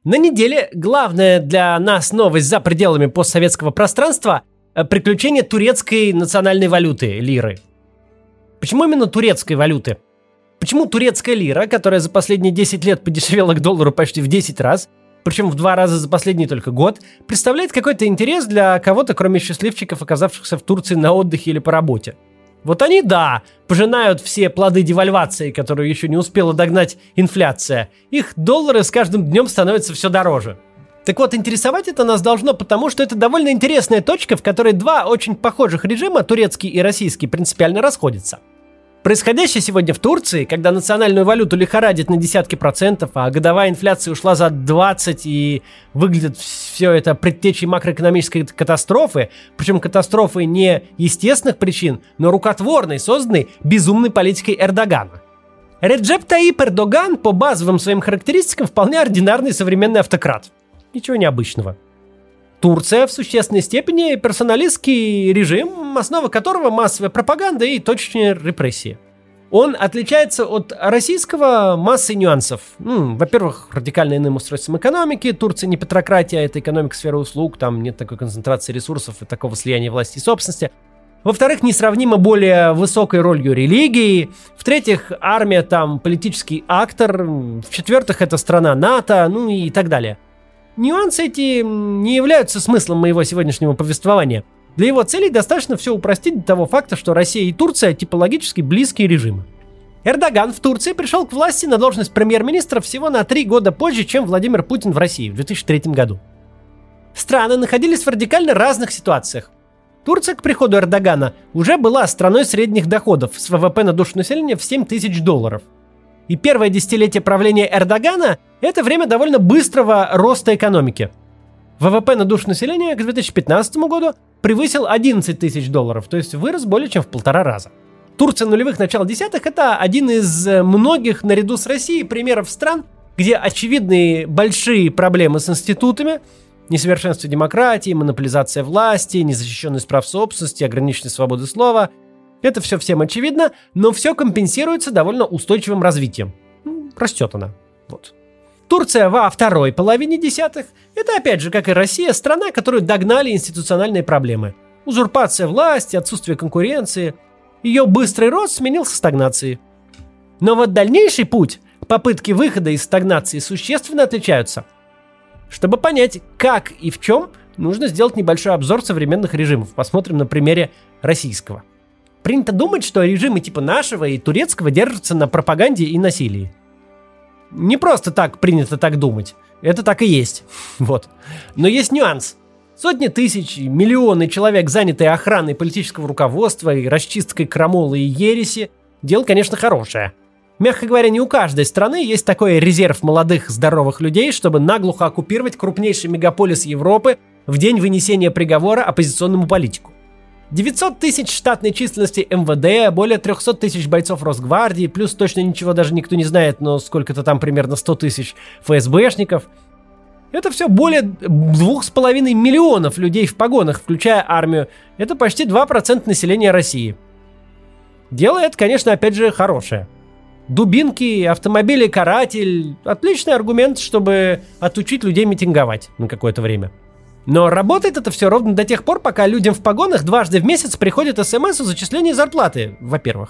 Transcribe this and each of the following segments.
На неделе главная для нас новость за пределами постсоветского пространства – приключение турецкой национальной валюты – лиры. Почему именно турецкой валюты? Почему турецкая лира, которая за последние 10 лет подешевела к доллару почти в 10 раз, причем в 2 раза за последний только год, представляет какой-то интерес для кого-то, кроме счастливчиков, оказавшихся в Турции на отдыхе или по работе? Вот они, да, пожинают все плоды девальвации, которую еще не успела догнать инфляция. Их доллары с каждым днем становятся все дороже. Так вот, интересовать это нас должно, потому что это довольно интересная точка, в которой два очень похожих режима, турецкий и российский, принципиально расходятся. Происходящее сегодня в Турции, когда национальную валюту лихорадит на десятки процентов, а годовая инфляция ушла за 20%, и выглядит все это предтечей макроэкономической катастрофы, причем катастрофы не естественных причин, но рукотворной, созданной безумной политикой Эрдогана. Реджеп Таип Эрдоган по базовым своим характеристикам вполне ординарный современный автократ. Ничего необычного. Турция в существенной степени персоналистский режим, основа которого массовая пропаганда и точечные репрессии. Он отличается от российского массой нюансов. Во-первых, радикально иным устройством экономики. Турция не петрократия, это экономика сферы услуг, там нет такой концентрации ресурсов и такого слияния власти и собственности. Во-вторых, несравнимо более высокой ролью религии. В-третьих, армия там политический актор. В-четвертых, это страна НАТО, и так далее. Нюансы эти не являются смыслом моего сегодняшнего повествования. Для его целей достаточно все упростить до того факта, что Россия и Турция типологически близкие режимы. Эрдоган в Турции пришел к власти на должность премьер-министра всего на 3 года позже, чем Владимир Путин в России в 2003 году. Страны находились в радикально разных ситуациях. Турция к приходу Эрдогана уже была страной средних доходов с ВВП на душу населения в $7 тысяч. И первое десятилетие правления Эрдогана – это время довольно быстрого роста экономики. ВВП на душу населения к 2015 году превысил $11 тысяч, то есть вырос более чем в 1,5 раза. Турция нулевых начал десятых – это один из многих, наряду с Россией, примеров стран, где очевидные большие проблемы с институтами, несовершенство демократии, монополизация власти, незащищенность прав собственности, ограниченность свободы слова – это все всем очевидно, но все компенсируется довольно устойчивым развитием. Растет она. Вот. Турция во второй половине десятых – это, опять же, как и Россия, страна, которую догнали институциональные проблемы. Узурпация власти, отсутствие конкуренции. Ее быстрый рост сменился стагнацией. Но вот дальнейший путь, попытки выхода из стагнации существенно отличаются. Чтобы понять, как и в чем, нужно сделать небольшой обзор современных режимов. Посмотрим на примере российского. Принято думать, что режимы типа нашего и турецкого держатся на пропаганде и насилии. Не просто так принято так думать. Это так и есть. Вот. Но есть нюанс. Сотни тысяч, миллионы человек, занятые охраной политического руководства и расчисткой крамолы и ереси, дело, конечно, хорошее. Мягко говоря, не у каждой страны есть такой резерв молодых, здоровых людей, чтобы наглухо оккупировать крупнейший мегаполис Европы в день вынесения приговора оппозиционному политику. 900 тысяч штатной численности МВД, более 300 тысяч бойцов Росгвардии, плюс точно ничего даже никто не знает, но сколько-то там примерно 100 тысяч ФСБшников. Это все более 2,5 миллионов людей в погонах, включая армию. Это почти 2% населения России. Дело это, конечно, опять же, хорошее. Дубинки, автомобили, каратель – отличный аргумент, чтобы отучить людей митинговать на какое-то время. Но работает это все ровно до тех пор, пока людям в погонах дважды в месяц приходит СМС о зачислении зарплаты, во-первых.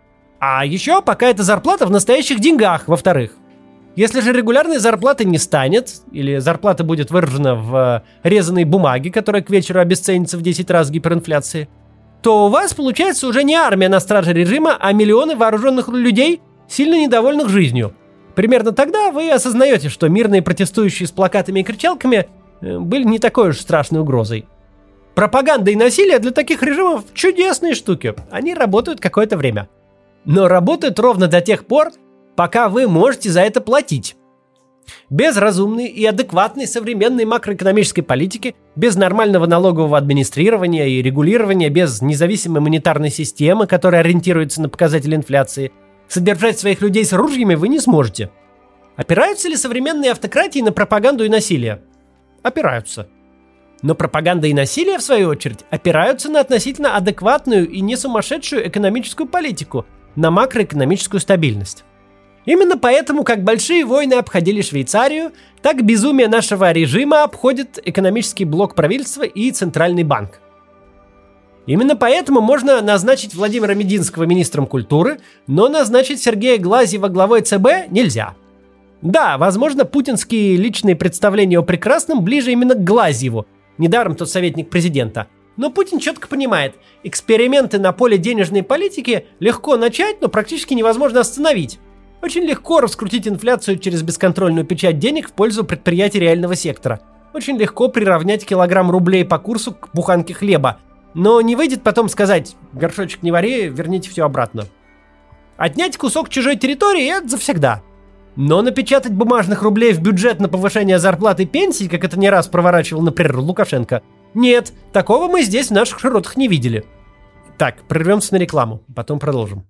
А еще пока эта зарплата в настоящих деньгах, во-вторых. Если же регулярной зарплаты не станет, или зарплата будет выражена в резаной бумаге, которая к вечеру обесценится в 10 раз гиперинфляции, то у вас получается уже не армия на страже режима, а миллионы вооруженных людей, сильно недовольных жизнью. Примерно тогда вы осознаете, что мирные протестующие с плакатами и кричалками были не такой уж страшной угрозой. Пропаганда и насилие для таких режимов чудесные штуки. Они работают какое-то время. Но работают ровно до тех пор, пока вы можете за это платить. Без разумной и адекватной современной макроэкономической политики, без нормального налогового администрирования и регулирования, без независимой монетарной системы, которая ориентируется на показатели инфляции, содержать своих людей с ружьями вы не сможете. Опираются ли современные автократии на пропаганду и насилие? Опираются. Но пропаганда и насилие, в свою очередь, опираются на относительно адекватную и не сумасшедшую экономическую политику, на макроэкономическую стабильность. Именно поэтому, как большие войны обходили Швейцарию, так безумие нашего режима обходит экономический блок правительства и Центральный банк. Именно поэтому можно назначить Владимира Мединского министром культуры, но назначить Сергея Глазьева главой ЦБ нельзя. Да, возможно, путинские личные представления о прекрасном ближе именно к Глазьеву, недаром тот советник президента. Но Путин четко понимает, эксперименты на поле денежной политики легко начать, но практически невозможно остановить. Очень легко раскрутить инфляцию через бесконтрольную печать денег в пользу предприятий реального сектора. Очень легко приравнять килограмм рублей по курсу к буханке хлеба. Но не выйдет потом сказать: горшочек не вари, верните все обратно. Отнять кусок чужой территории – это завсегда. Но напечатать бумажных рублей в бюджет на повышение зарплат и пенсий, как это не раз проворачивал, например, Лукашенко, нет, такого мы здесь в наших широтах не видели. Так, прервемся на рекламу, потом продолжим.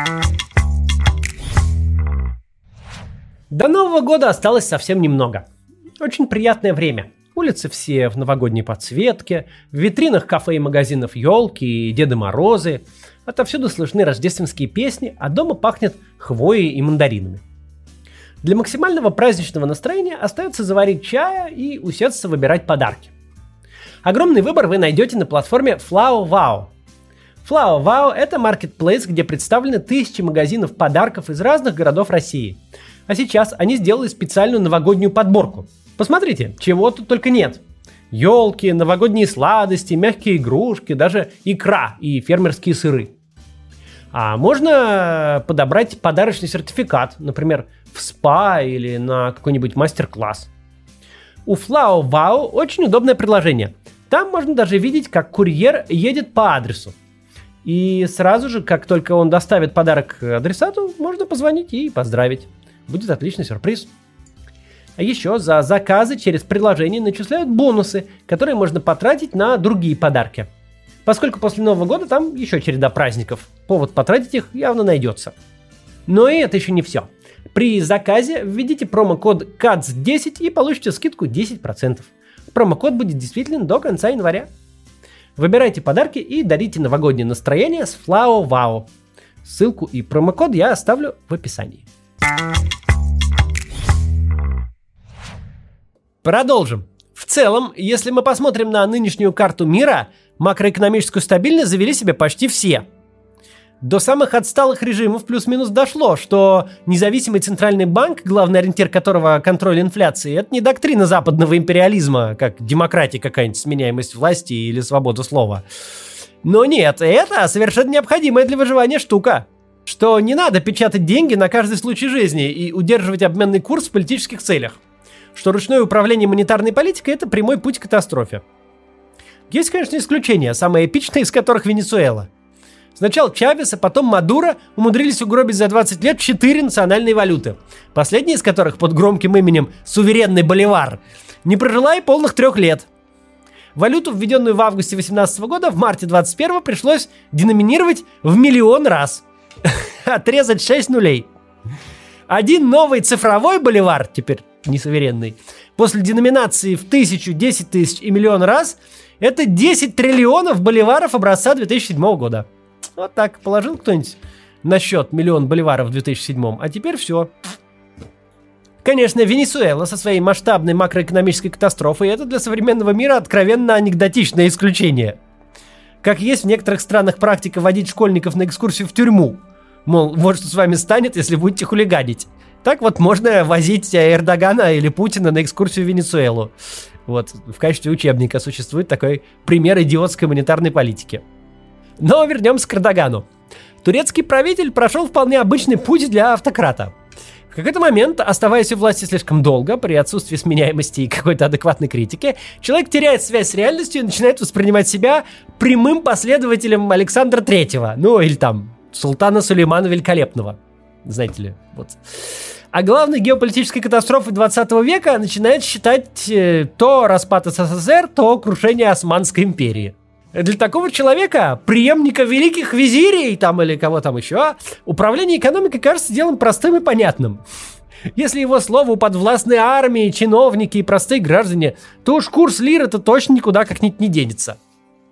До Нового года осталось совсем немного. Очень приятное время. Улицы все в новогодней подсветке, в витринах кафе и магазинов елки и Деды Морозы. Отовсюду слышны рождественские песни, а дома пахнет хвоей и мандаринами. Для максимального праздничного настроения остается заварить чая и усесться выбирать подарки. Огромный выбор вы найдете на платформе Flower Wow. Flower Wow – это маркетплейс, где представлены тысячи магазинов подарков из разных городов России. А сейчас они сделали специальную новогоднюю подборку. Посмотрите, чего тут только нет. Елки, новогодние сладости, мягкие игрушки, даже икра и фермерские сыры. А можно подобрать подарочный сертификат, например, в спа или на какой-нибудь мастер-класс. У Flower Wow очень удобное приложение. Там можно даже видеть, как курьер едет по адресу. И сразу же, как только он доставит подарок адресату, можно позвонить и поздравить. Будет отличный сюрприз. А еще за заказы через приложение начисляют бонусы, которые можно потратить на другие подарки. Поскольку после Нового года там еще череда праздников, повод потратить их явно найдется. Но и это еще не все. При заказе введите промокод CATS10 и получите скидку 10%. Промокод будет действителен до конца января. Выбирайте подарки и дарите новогоднее настроение с Flower Wow. Ссылку и промокод я оставлю в описании. Продолжим. В целом, если мы посмотрим на нынешнюю карту мира, макроэкономическую стабильность завели себе почти все. До самых отсталых режимов плюс-минус дошло, что независимый центральный банк, главный ориентир которого контроль инфляции, это не доктрина западного империализма, как демократия какая-нибудь, сменяемость власти или свобода слова. Но нет, это совершенно необходимая для выживания штука. Что не надо печатать деньги на каждый случай жизни и удерживать обменный курс в политических целях. Что ручное управление монетарной политикой – это прямой путь к катастрофе. Есть, конечно, исключения, самое эпичное из которых Венесуэла. Сначала Чавес, а потом Мадуро умудрились угробить за 20 лет 4 национальные валюты. Последняя из которых под громким именем «Суверенный Боливар» не прожила и полных 3 лет. Валюту, введенную в августе 2018 года, в марте 2021 пришлось деноминировать в 1 000 000 раз. Отрезать 6 нулей. Один новый цифровой боливар, теперь не суверенный, после деноминации в 1000, 10 тысяч и 1 000 000 раз, это 10 триллионов боливаров образца 2007 года. Вот так, положил кто-нибудь на счет 1 000 000 боливаров в 2007, а теперь все. Конечно, Венесуэла со своей масштабной макроэкономической катастрофой — это для современного мира откровенно анекдотичное исключение. Как есть в некоторых странах практика водить школьников на экскурсию в тюрьму. Мол, вот что с вами станет, если будете хулиганить. Так вот можно возить Эрдогана или Путина на экскурсию в Венесуэлу. Вот, в качестве учебника существует такой пример идиотской монетарной политики. Но вернемся к Эрдогану. Турецкий правитель прошел вполне обычный путь для автократа. В какой-то момент, оставаясь у власти слишком долго, при отсутствии сменяемости и какой-то адекватной критики, человек теряет связь с реальностью и начинает воспринимать себя прямым последователем Александра Третьего, ну или там султана Сулеймана Великолепного. Знаете ли, вот. А главной геополитической катастрофой 20 века начинает считать то распад СССР, то крушение Османской империи. Для такого человека, преемника великих визирей там или кого там еще, управление экономикой кажется делом простым и понятным. Если его слову подвластны армии, чиновники и простые граждане, то уж курс лиры-то точно никуда как-нибудь не денется.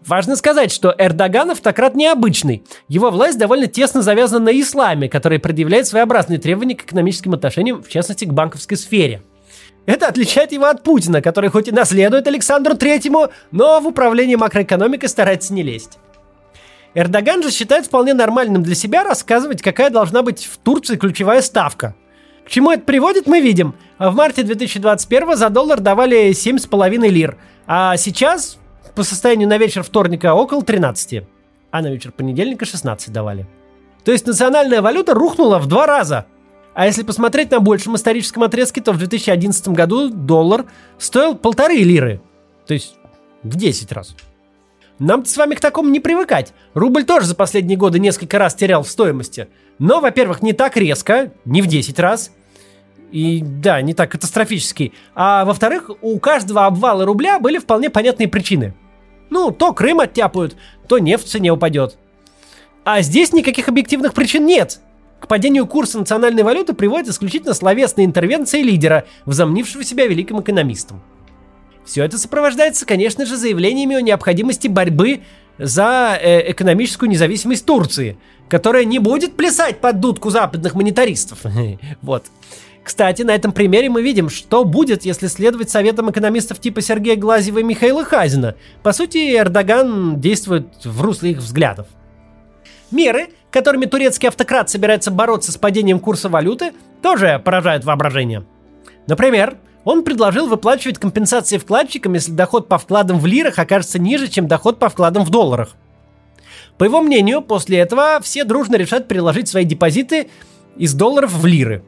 Важно сказать, что Эрдоган автократ необычный. Его власть довольно тесно завязана на исламе, который предъявляет своеобразные требования к экономическим отношениям, в частности, к банковской сфере. Это отличает его от Путина, который хоть и наследует Александру Третьему, но в управлении макроэкономикой старается не лезть. Эрдоган же считает вполне нормальным для себя рассказывать, какая должна быть в Турции ключевая ставка. К чему это приводит, мы видим. В марте 2021 за доллар давали 7,5 лир, а сейчас... по состоянию на вечер вторника около 13, а на вечер понедельника 16 давали. То есть национальная валюта рухнула в 2 раза. А если посмотреть на большем историческом отрезке, то в 2011 году доллар стоил 1,5 лиры. То есть в 10 раз. Нам-то с вами к такому не привыкать. Рубль тоже за последние годы несколько раз терял в стоимости. Но, во-первых, не так резко, не в 10 раз. И да, не так катастрофически. А во-вторых, у каждого обвала рубля были вполне понятные причины. Ну, то Крым оттяпают, то нефть в цене упадет. А здесь никаких объективных причин нет. К падению курса национальной валюты приводит исключительно словесная интервенция лидера, возомнившего себя великим экономистом. Все это сопровождается, конечно же, заявлениями о необходимости борьбы за экономическую независимость Турции, которая не будет плясать под дудку западных монетаристов. Вот. Кстати, на этом примере мы видим, что будет, если следовать советам экономистов типа Сергея Глазьева и Михаила Хазина. По сути, Эрдоган действует в русле их взглядов. Меры, которыми турецкий автократ собирается бороться с падением курса валюты, тоже поражают воображение. Например, он предложил выплачивать компенсации вкладчикам, если доход по вкладам в лирах окажется ниже, чем доход по вкладам в долларах. По его мнению, после этого все дружно решат переложить свои депозиты из долларов в лиры.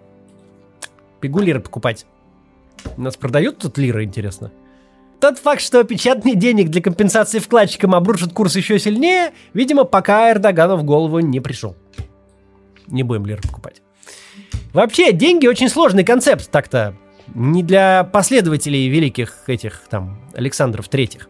Бегу лиры покупать. У нас продают тут лиры, интересно. Тот факт, что печатание денег для компенсации вкладчикам обрушит курс еще сильнее, видимо, пока Эрдогану в голову не пришел. Не будем лиры покупать. Вообще, деньги очень сложный концепт, так-то. Не для последователей великих этих, там, Александров Третьих.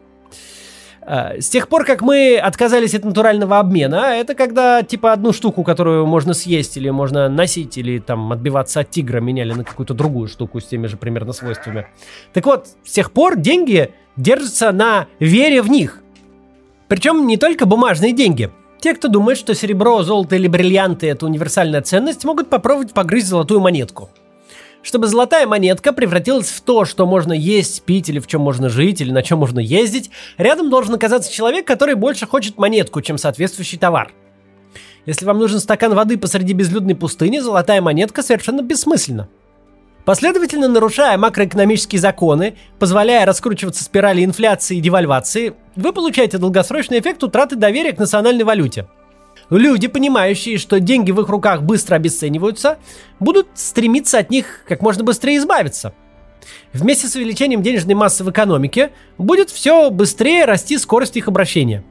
С тех пор, как мы отказались от натурального обмена, это когда, типа, одну штуку, которую можно съесть или можно носить, или там отбиваться от тигра, меняли на какую-то другую штуку с теми же примерно свойствами. Так вот, с тех пор деньги держатся на вере в них. Причем не только бумажные деньги. Те, кто думает, что серебро, золото или бриллианты – это универсальная ценность, могут попробовать погрызть золотую монетку. Чтобы золотая монетка превратилась в то, что можно есть, пить, или в чем можно жить, или на чем можно ездить, рядом должен оказаться человек, который больше хочет монетку, чем соответствующий товар. Если вам нужен стакан воды посреди безлюдной пустыни, золотая монетка совершенно бессмысленна. Последовательно нарушая макроэкономические законы, позволяя раскручиваться спирали инфляции и девальвации, вы получаете долгосрочный эффект утраты доверия к национальной валюте. Люди, понимающие, что деньги в их руках быстро обесцениваются, будут стремиться от них как можно быстрее избавиться. Вместе с увеличением денежной массы в экономике будет все быстрее расти скорость их обращения.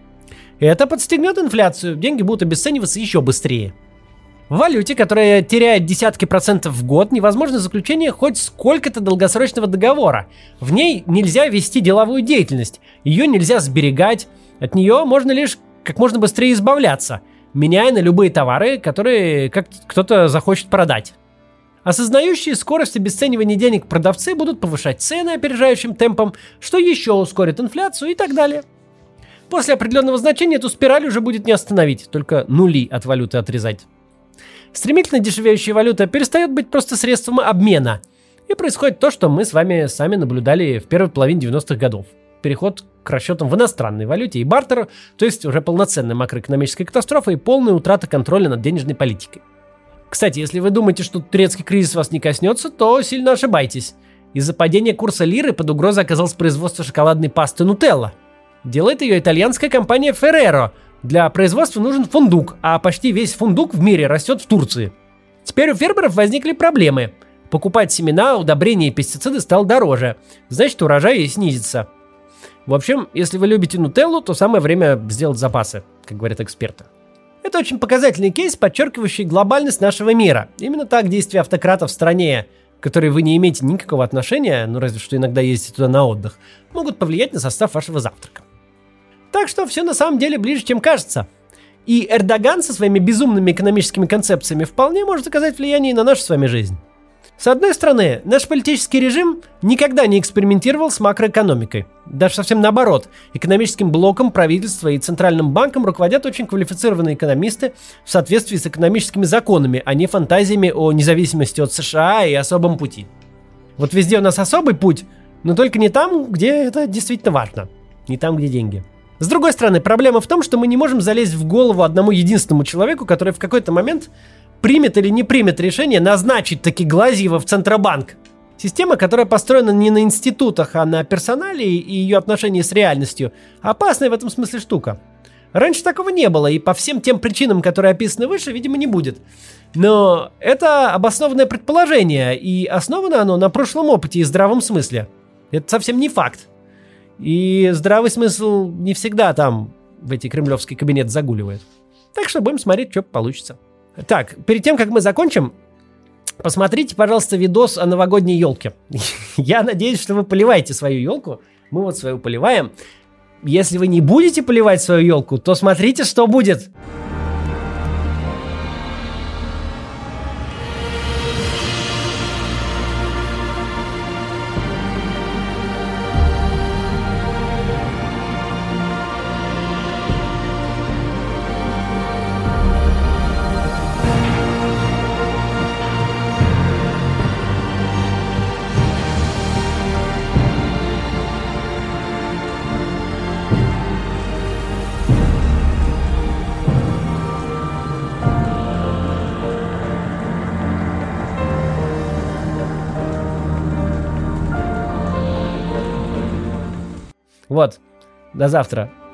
Это подстегнет инфляцию, деньги будут обесцениваться еще быстрее. В валюте, которая теряет десятки процентов в год, невозможно заключение хоть сколько-то долгосрочного договора. В ней нельзя вести деловую деятельность, ее нельзя сберегать, от нее можно лишь как можно быстрее избавляться, меняя на любые товары, которые кто-то захочет продать. Осознающие скорость обесценивания денег продавцы будут повышать цены опережающим темпом, что еще ускорит инфляцию и так далее. После определенного значения эту спираль уже будет не остановить, только нули от валюты отрезать. Стремительно дешевеющая валюта перестает быть просто средством обмена, и происходит то, что мы с вами сами наблюдали в первой половине 90-х годов. Переход к расчетам в иностранной валюте и бартеру, то есть уже полноценная макроэкономическая катастрофа и полная утрата контроля над денежной политикой. Кстати, если вы думаете, что турецкий кризис вас не коснется, то сильно ошибаетесь. Из-за падения курса лиры под угрозой оказалось производство шоколадной пасты Нутелла. Делает ее итальянская компания Ferrero. Для производства нужен фундук, а почти весь фундук в мире растет в Турции. Теперь у фермеров возникли проблемы. Покупать семена, удобрения и пестициды стало дороже, значит урожай и снизится. В общем, если вы любите нутеллу, то самое время сделать запасы, как говорят эксперты. Это очень показательный кейс, подчеркивающий глобальность нашего мира. Именно так действия автократов в стране, к которой вы не имеете никакого отношения, ну разве что иногда ездите туда на отдых, могут повлиять на состав вашего завтрака. Так что все на самом деле ближе, чем кажется. И Эрдоган со своими безумными экономическими концепциями вполне может оказать влияние на нашу с вами жизнь. С одной стороны, наш политический режим никогда не экспериментировал с макроэкономикой. Даже совсем наоборот. Экономическим блоком правительства и Центральным банком руководят очень квалифицированные экономисты в соответствии с экономическими законами, а не фантазиями о независимости от США и особом пути. Вот везде у нас особый путь, но только не там, где это действительно важно. Не там, где деньги. С другой стороны, проблема в том, что мы не можем залезть в голову одному единственному человеку, который в какой-то момент примет или не примет решение назначить таки Глазьева в Центробанк. Система, которая построена не на институтах, а на персонале и ее отношении с реальностью, опасная в этом смысле штука. Раньше такого не было, и по всем тем причинам, которые описаны выше, видимо, не будет. Но это обоснованное предположение, и основано оно на прошлом опыте и здравом смысле. Это совсем не факт. И здравый смысл не всегда там, в эти кремлевский кабинет загуливает. Так что будем смотреть, что получится. Так, перед тем, как мы закончим, посмотрите, пожалуйста, видос о новогодней елке. Я надеюсь, что вы поливаете свою елку. Мы вот свою поливаем. Если вы не будете поливать свою елку, то смотрите, что будет. Вот, до завтра.